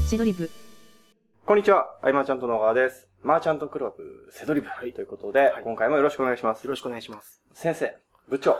セドリブ。 こんにちは、アイマーちゃんと野川です。マーチャントクラブセドリブということで、今回もよろしくお願いします。 よろしくお願いします。 先生、部長、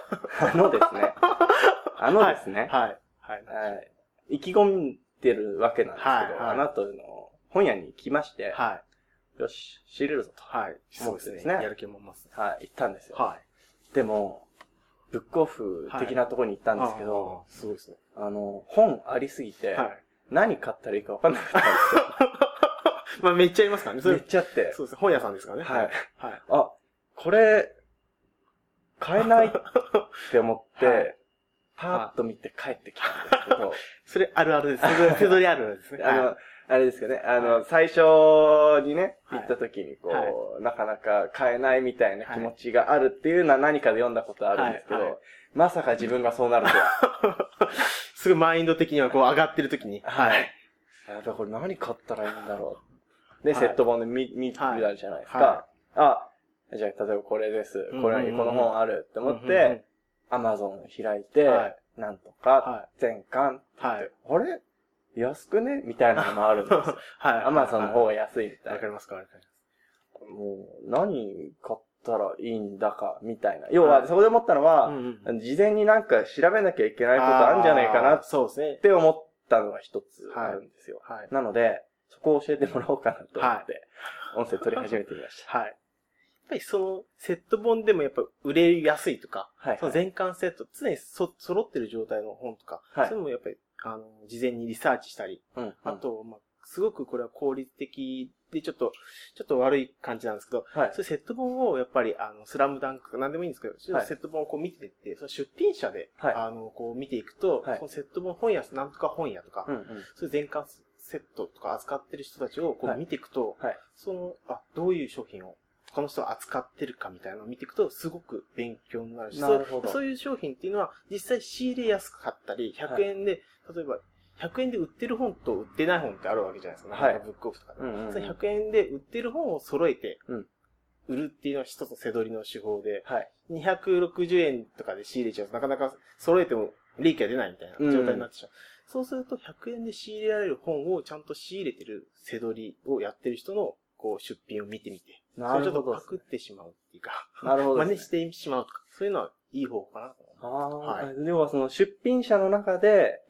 ですね、 はい。 意気込んでるわけなんですけど、あなたの本屋に来まして、よし、仕入れるぞと。 そうですね。やる気もます。 行ったんですよ。でも、ブックオフ的なところに行ったんですけど、 すごいですね。 本ありすぎて、何買ったらいいか分かんなかったんですよ。 まあめっちゃありますからね。 めっちゃあって。 そうですね。本屋さんですからね。 あ、これ、買えないって思って、パーッと見て帰ってきたんですけど。 それあるあるです。手取りあるあるですね。 あれですかね。最初にね、行った時になかなか買えないみたいな気持ちがあるっていうのは何かで読んだことあるんですけど、まさか自分がそうなるとは。 すぐマインド的には上がってる時に。 だからこれ何買ったらいいんだろう。で、セット本で見るじゃないですか。じゃあ、例えばこれです。この本あるって思って、Amazon 開いて、なんとか、全巻って言って、あれ安くねみたいなのもあるんですよ。Amazon の方が安いみたいな。 わかりますか？ もう、何買ったらいいんだか、みたいな。要は、そこで思ったのは、事前になんか調べなきゃいけないことあるんじゃないかなって思ったのが一つあるんですよ。なので、そこを教えてもらおうかなと思って、音声取り始めてみました。 やっぱりそのセット本でもやっぱ売れやすいとか、その全巻セット、常に揃ってる状態の本とか、そういうのもやっぱり、事前にリサーチしたり、あと、すごくこれは効率的で、ちょっと悪い感じなんですけど、そういうセット本をやっぱり、スラムダンクとか何でもいいんですけど、セット本をこう見ていって、その出品者で、こう見ていくと、そのセット本本屋、なんとか本屋とか、そういう全巻セットとか扱ってる人たちをこう見ていくと、どういう商品をこの人が扱ってるかみたいなのを見ていくと、すごく勉強になるし、そういう商品っていうのは、実際仕入れやすかったり、100円で、例えば、100円で売ってる本と売ってない本ってあるわけじゃないですか。なんかブックオフとかで。100円で売ってる本を揃えて、売るっていうのは一つの背取りの手法で、260円とかで仕入れちゃうと、なかなか揃えても利益が出ないみたいな状態になってしまう。そうすると、100円で仕入れられる本をちゃんと仕入れてる背取りをやってる人の出品を見てみて、それをちょっとパクってしまうっていうか、真似してしまうとか、そういうのはいい方法かなと思います。 要はその出品者の中で、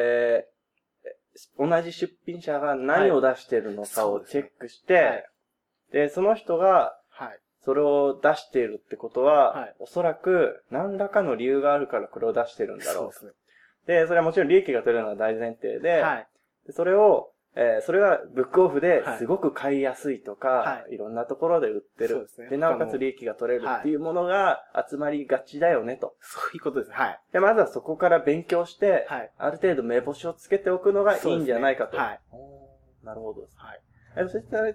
同じ出品者が何を出してるのかをチェックして、で、その人が、それを出しているってことは、おそらく何らかの理由があるからこれを出してるんだろう。で、それはもちろん利益が取れるのは大前提で、それがブックオフですごく買いやすいとか、いろんなところで売ってる。で、なおかつ利益が取れるっていうものが集まりがちだよねと。 そういうことですね。 で、まずはそこから勉強して、ある程度目星をつけておくのがいいんじゃないかと。なるほどです。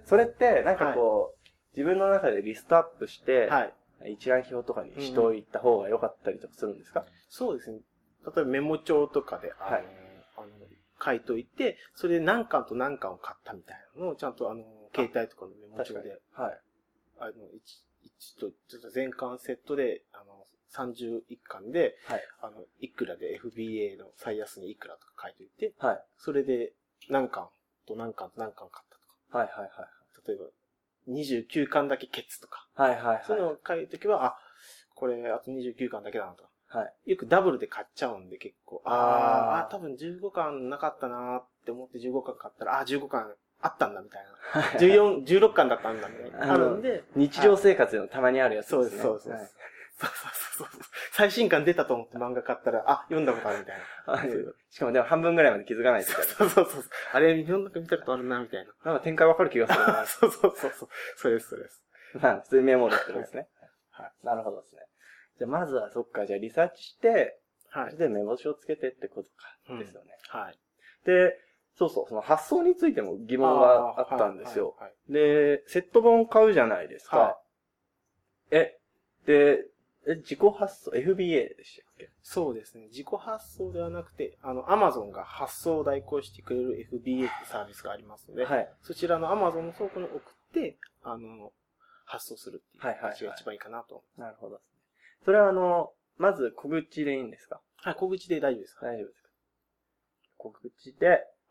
それって、なんか自分の中でリストアップして、一覧表とかにしておいた方が良かったりとかするんですか？ そうですね。例えばメモ帳とかで、書いといて、それで何巻と何巻を買ったみたいなのをちゃんと携帯とかのメモ帳で、ちょっと全巻セットで、31巻で、いくらで FBA の最安値いくらとか書いといて、それで何巻と何巻と何巻買ったとか。例えば、29巻だけケツとか。そういうのを書いとけば、これあと29巻だけだなとか。よくダブルで買っちゃうんで結構。多分15巻なかったなーって思って15巻買ったら、15巻あったんだみたいな。16巻だったんだみたいな。あるんで。 日常生活でもたまにあるやつですね。 そう。最新巻出たと思って漫画買ったら、読んだことあるみたいな。 しかもでも半分ぐらいまで気づかないとか。 そう。あれ、日本の中見たことあるな、みたいな。 なんか展開わかる気がするな。 そう。そうです。 普通にメモですけどですね。なるほどですね。じゃあまずはじゃあリサーチして、で目星をつけてってことか、ですよね。で、その発送についても疑問があったんですよ。で、セット本買うじゃないですか。自己発送、FBA でしたっけ？ そうですね。自己発送ではなくて、Amazon が発送を代行してくれる FBA ってサービスがありますので、そちらの Amazon の倉庫に送って、発送するっていう形が一番いいかなと。 なるほど。それはまず小口でいいんですか？ 小口で大丈夫です。 大丈夫ですか？小口で、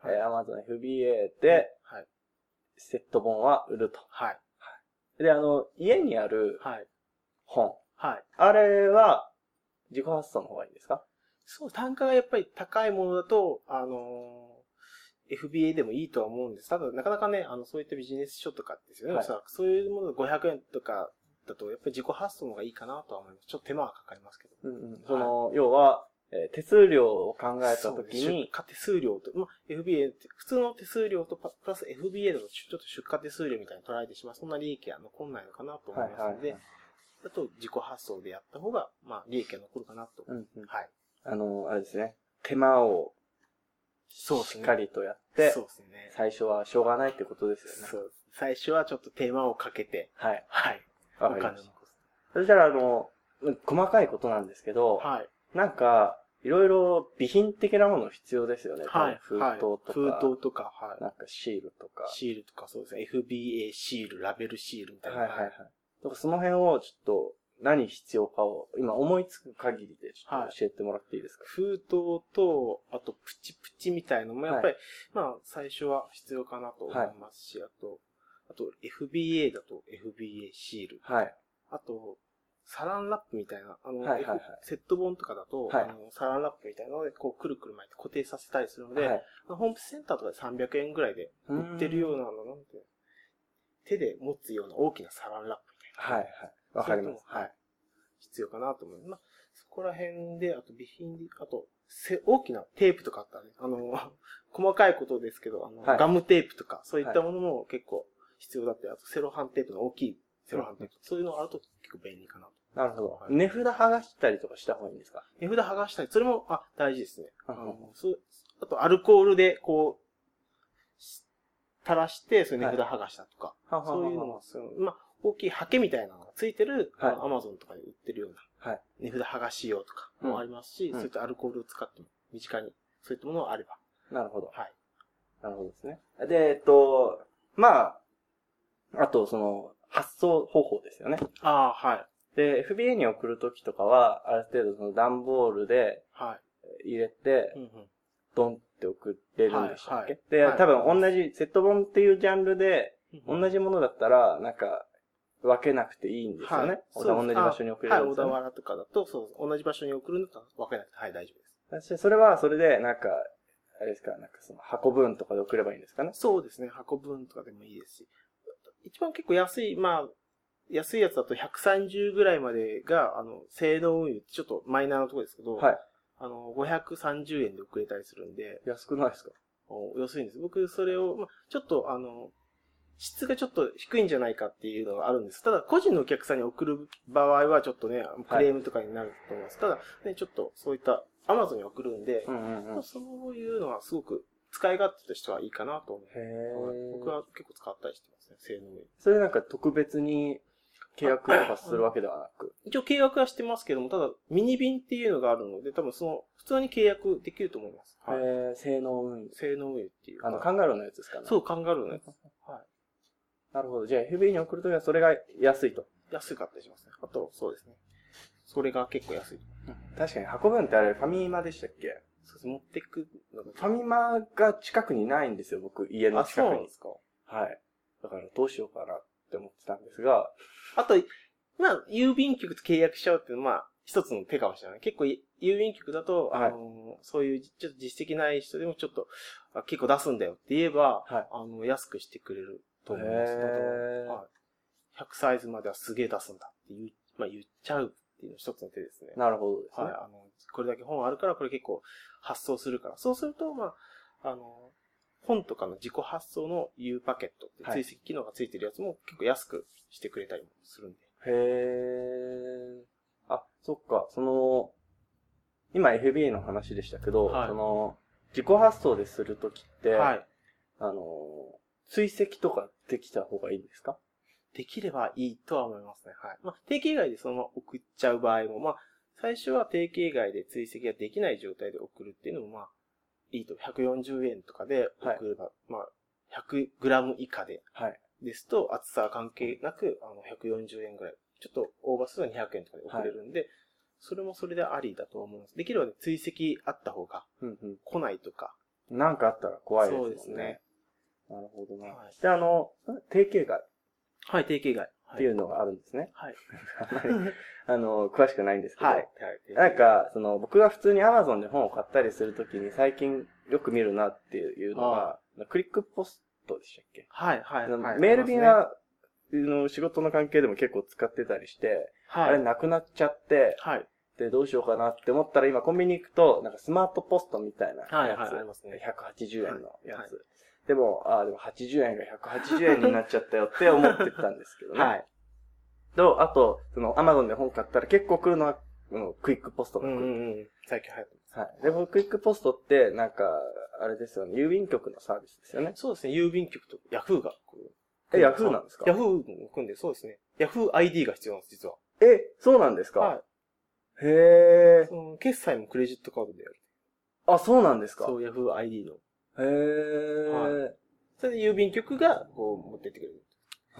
Amazon FBA で、セット本は売ると。はい。で、家にある本。はい。あれは、自己発送の方がいいんですか？ そう、単価がやっぱり高いものだと、FBA でもいいとは思うんです。ただ、なかなかね、そういったビジネス書とかですよね。はい、そういうもの500円とかだと、やっぱり自己発送の方がいいかなとは思います。ちょっと手間はかかりますけど。要は、手数料を考えたときに、 出荷手数料と、FBA って、普通の手数料とプラス FBA だとちょっと出荷手数料みたいに取られてしまう、そんな利益は残んないのかなと思いますので、だと自己発送でやった方が、利益が残るかなと。はい。 あれですね。手間を、しっかりとやって、そうですね。最初はしょうがないってことですよね。そう。 最初はちょっと手間をかけて、はい。はい。 お金を残す。そしたら、細かいことなんですけど、はい。なんか、いろいろ備品的なもの必要ですよね。はい。封筒とか。 封筒とか、はい。 なんかシールとか。 シールとか、そうですね。FBA シール、ラベルシールみたいな。はいはいはい。 その辺をちょっと、何必要かを、今思いつく限りでちょっと教えてもらっていいですか？ 封筒と、あとプチプチみたいのもやっぱり、最初は必要かなと思いますし、あと FBA だと FBA シール。はい。あと、サランラップみたいな、セット本とかだと、サランラップみたいなので、こう、くるくる巻いて固定させたりするので、ホームセンターとかで300円ぐらいで売ってるようなの、なんて、手で持つような大きなサランラップみたいな。はいはい。 わかります。 はい。必要かなと思います。そこら辺で、あと備品で、あと、大きなテープとかあったらね、細かいことですけど、ガムテープとか、そういったものも結構必要だって、あとセロハンテープの大きいセロハンテープ、そういうのがあると結構便利かなと。 なるほど。値札剥がしたりとかした方がいいんですか？ 値札剥がしたり、それも、大事ですね。あと、アルコールで、こう、垂らして、それ値札剥がしたとか、そういうのも、大きいハケみたいなのがついてる、アマゾンとかで売ってるような、値札剥がし用とかもありますし、そういったアルコールを使っても、身近に、そういったものがあれば。 なるほど。 はい。 なるほどですね。で、あと、発送方法ですよね。 はい。 で、FBA に送るときとかは、ある程度段ボールで、入れて、ドンって送れるんでしたっけ？で、多分同じ、セット本っていうジャンルで、同じものだったら、なんか、分けなくていいんですよね。同じ場所に送れるんですよね。 小田原とかだと、そう、同じ場所に送るんだったら分けなくて、大丈夫です。 それは、それで、なんか、あれですか、なんか箱分とかで送ればいいんですかね？ そうですね、箱分とかでもいいですし。一番結構安い、安いやつだと130ぐらいまでが、性能運輸ってちょっとマイナーなところですけど、はい。530円で送れたりするんで。 安くないですか？ 安いんです。僕、それを、ちょっと、質がちょっと低いんじゃないかっていうのがあるんです。ただ、個人のお客さんに送る場合はちょっとね、クレームとかになると思います。ただ、ね、ちょっとそういった Amazon に送るんで、そういうのはすごく使い勝手としてはいいかなと思う。僕は結構使ったりしてますね、性能に。 それなんか特別に契約とかするわけではなく。 一応契約はしてますけども、ただ、ミニ便っていうのがあるので、多分普通に契約できると思います。 性能運輸。 性能運輸っていう。 カンガルーのやつですかね。 そう、カンガルーのやつ。はい。 なるほど。じゃあ FBA に送るときはそれが安いと。 安かったりしますね。あと、そうですね。それが結構安い。 確かに箱分ってあれファミマでしたっけ？ そうです。持ってくのファミマが近くにないんですよ、僕。家の近くに。 そうなんですか？ はい。だからどうしようかなって思ってたんですが。 あと、郵便局と契約しちゃうっていうのは、一つの手かもしれない。結構、郵便局だと、そういう、ちょっと実績ない人でもちょっと、結構出すんだよって言えば、安くしてくれると思います。100サイズまではすげえ出すんだって言っちゃうっていうの一つの手ですね。 なるほどですね。 これだけ本あるからこれ結構発送するから。そうすると、本とかの自己発送の U パケットって追跡機能がついてるやつも結構安くしてくれたりもするんで。 そっか、今 FBA の話でしたけど、自己発送でするときって、追跡とかできた方がいいんですか？ できればいいとは思いますね。はい。定型外でそのまま送っちゃう場合も、最初は定型外で追跡ができない状態で送るっていうのも、いいと。140円とかで送れば、100グラム以下で、ですと、厚さは関係なく、140円ぐらい。ちょっとオーバーすると200円とかで送れるんで、それもそれでありだと思います。できればね、追跡あった方が、来ないとか、 なんかあったら怖いですもんね。そうですね。なるほどな。はい、で、定型外。 はい、定型外。 っていうのがあるんですね。 はい。 詳しくないんですけど。 はい。 なんか、僕が普通に Amazon で本を買ったりするときに最近よく見るなっていうのが、クリックポストでしたっけ？ はい、 メール便は、仕事の関係でも結構使ってたりして、 はい、 あれなくなっちゃって、 はい。 で、どうしようかなって思ったら今コンビニ行くと、なんかスマートポストみたいなやつ。 はい、ありますね。 180円のやつ。でも80円が180円になっちゃったよって思ってたんですけどね。 はい。 あと、Amazon で本買ったら結構来るのは、クイックポストが来る。 最近流行ってます。はい。で、クイックポストって、なんか、あれですよね、郵便局のサービスですよね。 そうですね、郵便局とヤフーがヤフーなんですか？ ヤフーも組んで、そうですね。ヤフー ID が必要なんです、実は。 そうなんですか？ はい。 へー。 決済もクレジットカードでやる。 あ、そうなんですか？ そう、ヤフー ID の。 へー。 はい。それで郵便局が、持ってってくれる。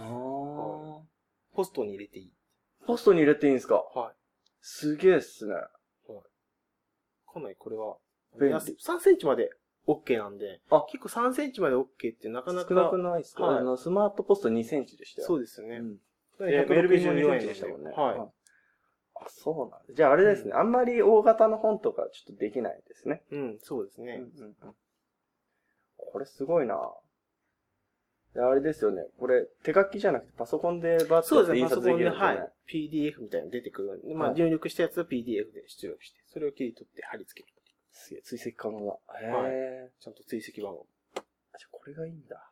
ポストに入れていい。 ポストに入れていいんですか？ はい。 すげえっすね。はい。 かなりこれは、3センチまで OK なんで、結構3センチまで OK ってなかなか。 少なくないですか？はい、スマートポスト2センチでしたよ。 そうですよね。 メール便も2センチでしたもんね。はい。あ、そうなんだ。じゃああれですね。あんまり大型の本とかちょっとできないですね。 そうですね。 これすごいな。あれですよね。これ、手書きじゃなくてパソコンでバッと印刷できるんですよね。はい。 PDF みたいなの出てくるんで、入力したやつを PDF で出力して、それを切り取って貼り付ける。 すげえ、追跡可能だ。 ちゃんと追跡番号。 じゃあこれがいいんだ。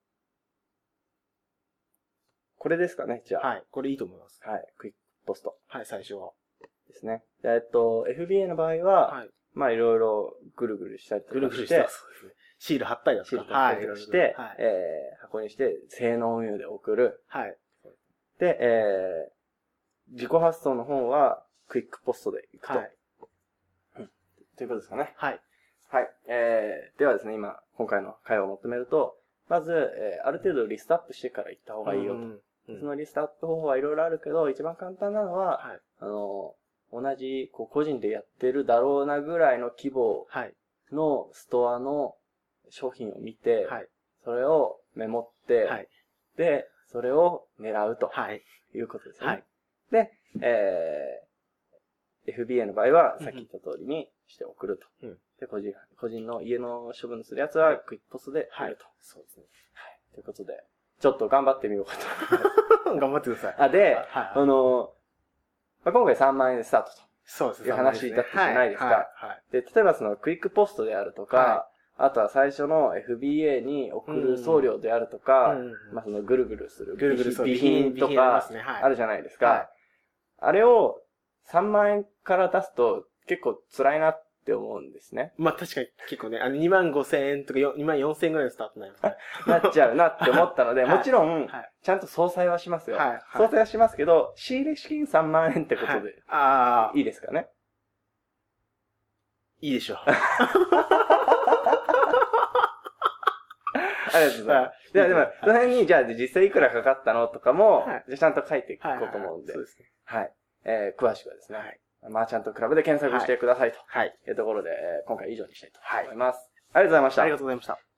これですかね、じゃあ。 はい。これいいと思います。 はい。クイックポスト。 はい、最初は。 ですね。FBA の場合は、まあいろいろぐるぐるしたりとかして。 ぐるぐるした。そうですね。シール貼ったりだとか。 シール貼ったりとかして、箱にして、性能運輸で送る。 はい。 で、自己発送の本は、クイックポストで行くと。はい。ということですかね。 はい。 はい。ではですね、今回の会話をまとめると、まず、ある程度リストアップしてから行った方がいいよと。そのリストアップ方法はいろいろあるけど、一番簡単なのは、同じ、個人でやってるだろうなぐらいの規模のストアの商品を見て、それをメモって、で、それを狙うということですね。で、FBA の場合は、さっき言った通りにして送ると。で、個人の家の処分するやつは、クイックポストでやると。 そうですね。 はい。ということで、ちょっと頑張ってみようかと。頑張ってください。 で、今回3万円でスタートと。 そうですね。 いう話だったじゃないですか。で、例えばクイックポストであるとか、あとは最初の FBA に送る送料であるとか、まあぐるぐるする備品とかあるじゃないですか。あれを3万円から出すと結構辛いなって思うんですね。 まあ確かに結構ね、25,000円とか24,000円ぐらいのスタートになりますね。 なっちゃうなって思ったので、もちろん、ちゃんと相殺はしますよ。相殺はしますけど、仕入れ資金3万円ってことで、いいですかね。 いいでしょう。 ありがとうございます。でも、その辺に、じゃあ実際いくらかかったのとかも、ちゃんと書いていこうと思うんで。 そうですね。 はい。詳しくはですね、マーチャントクラブで検索してくださいと。いうところで、今回以上にしたいと思います。ありがとうございました。 ありがとうございました。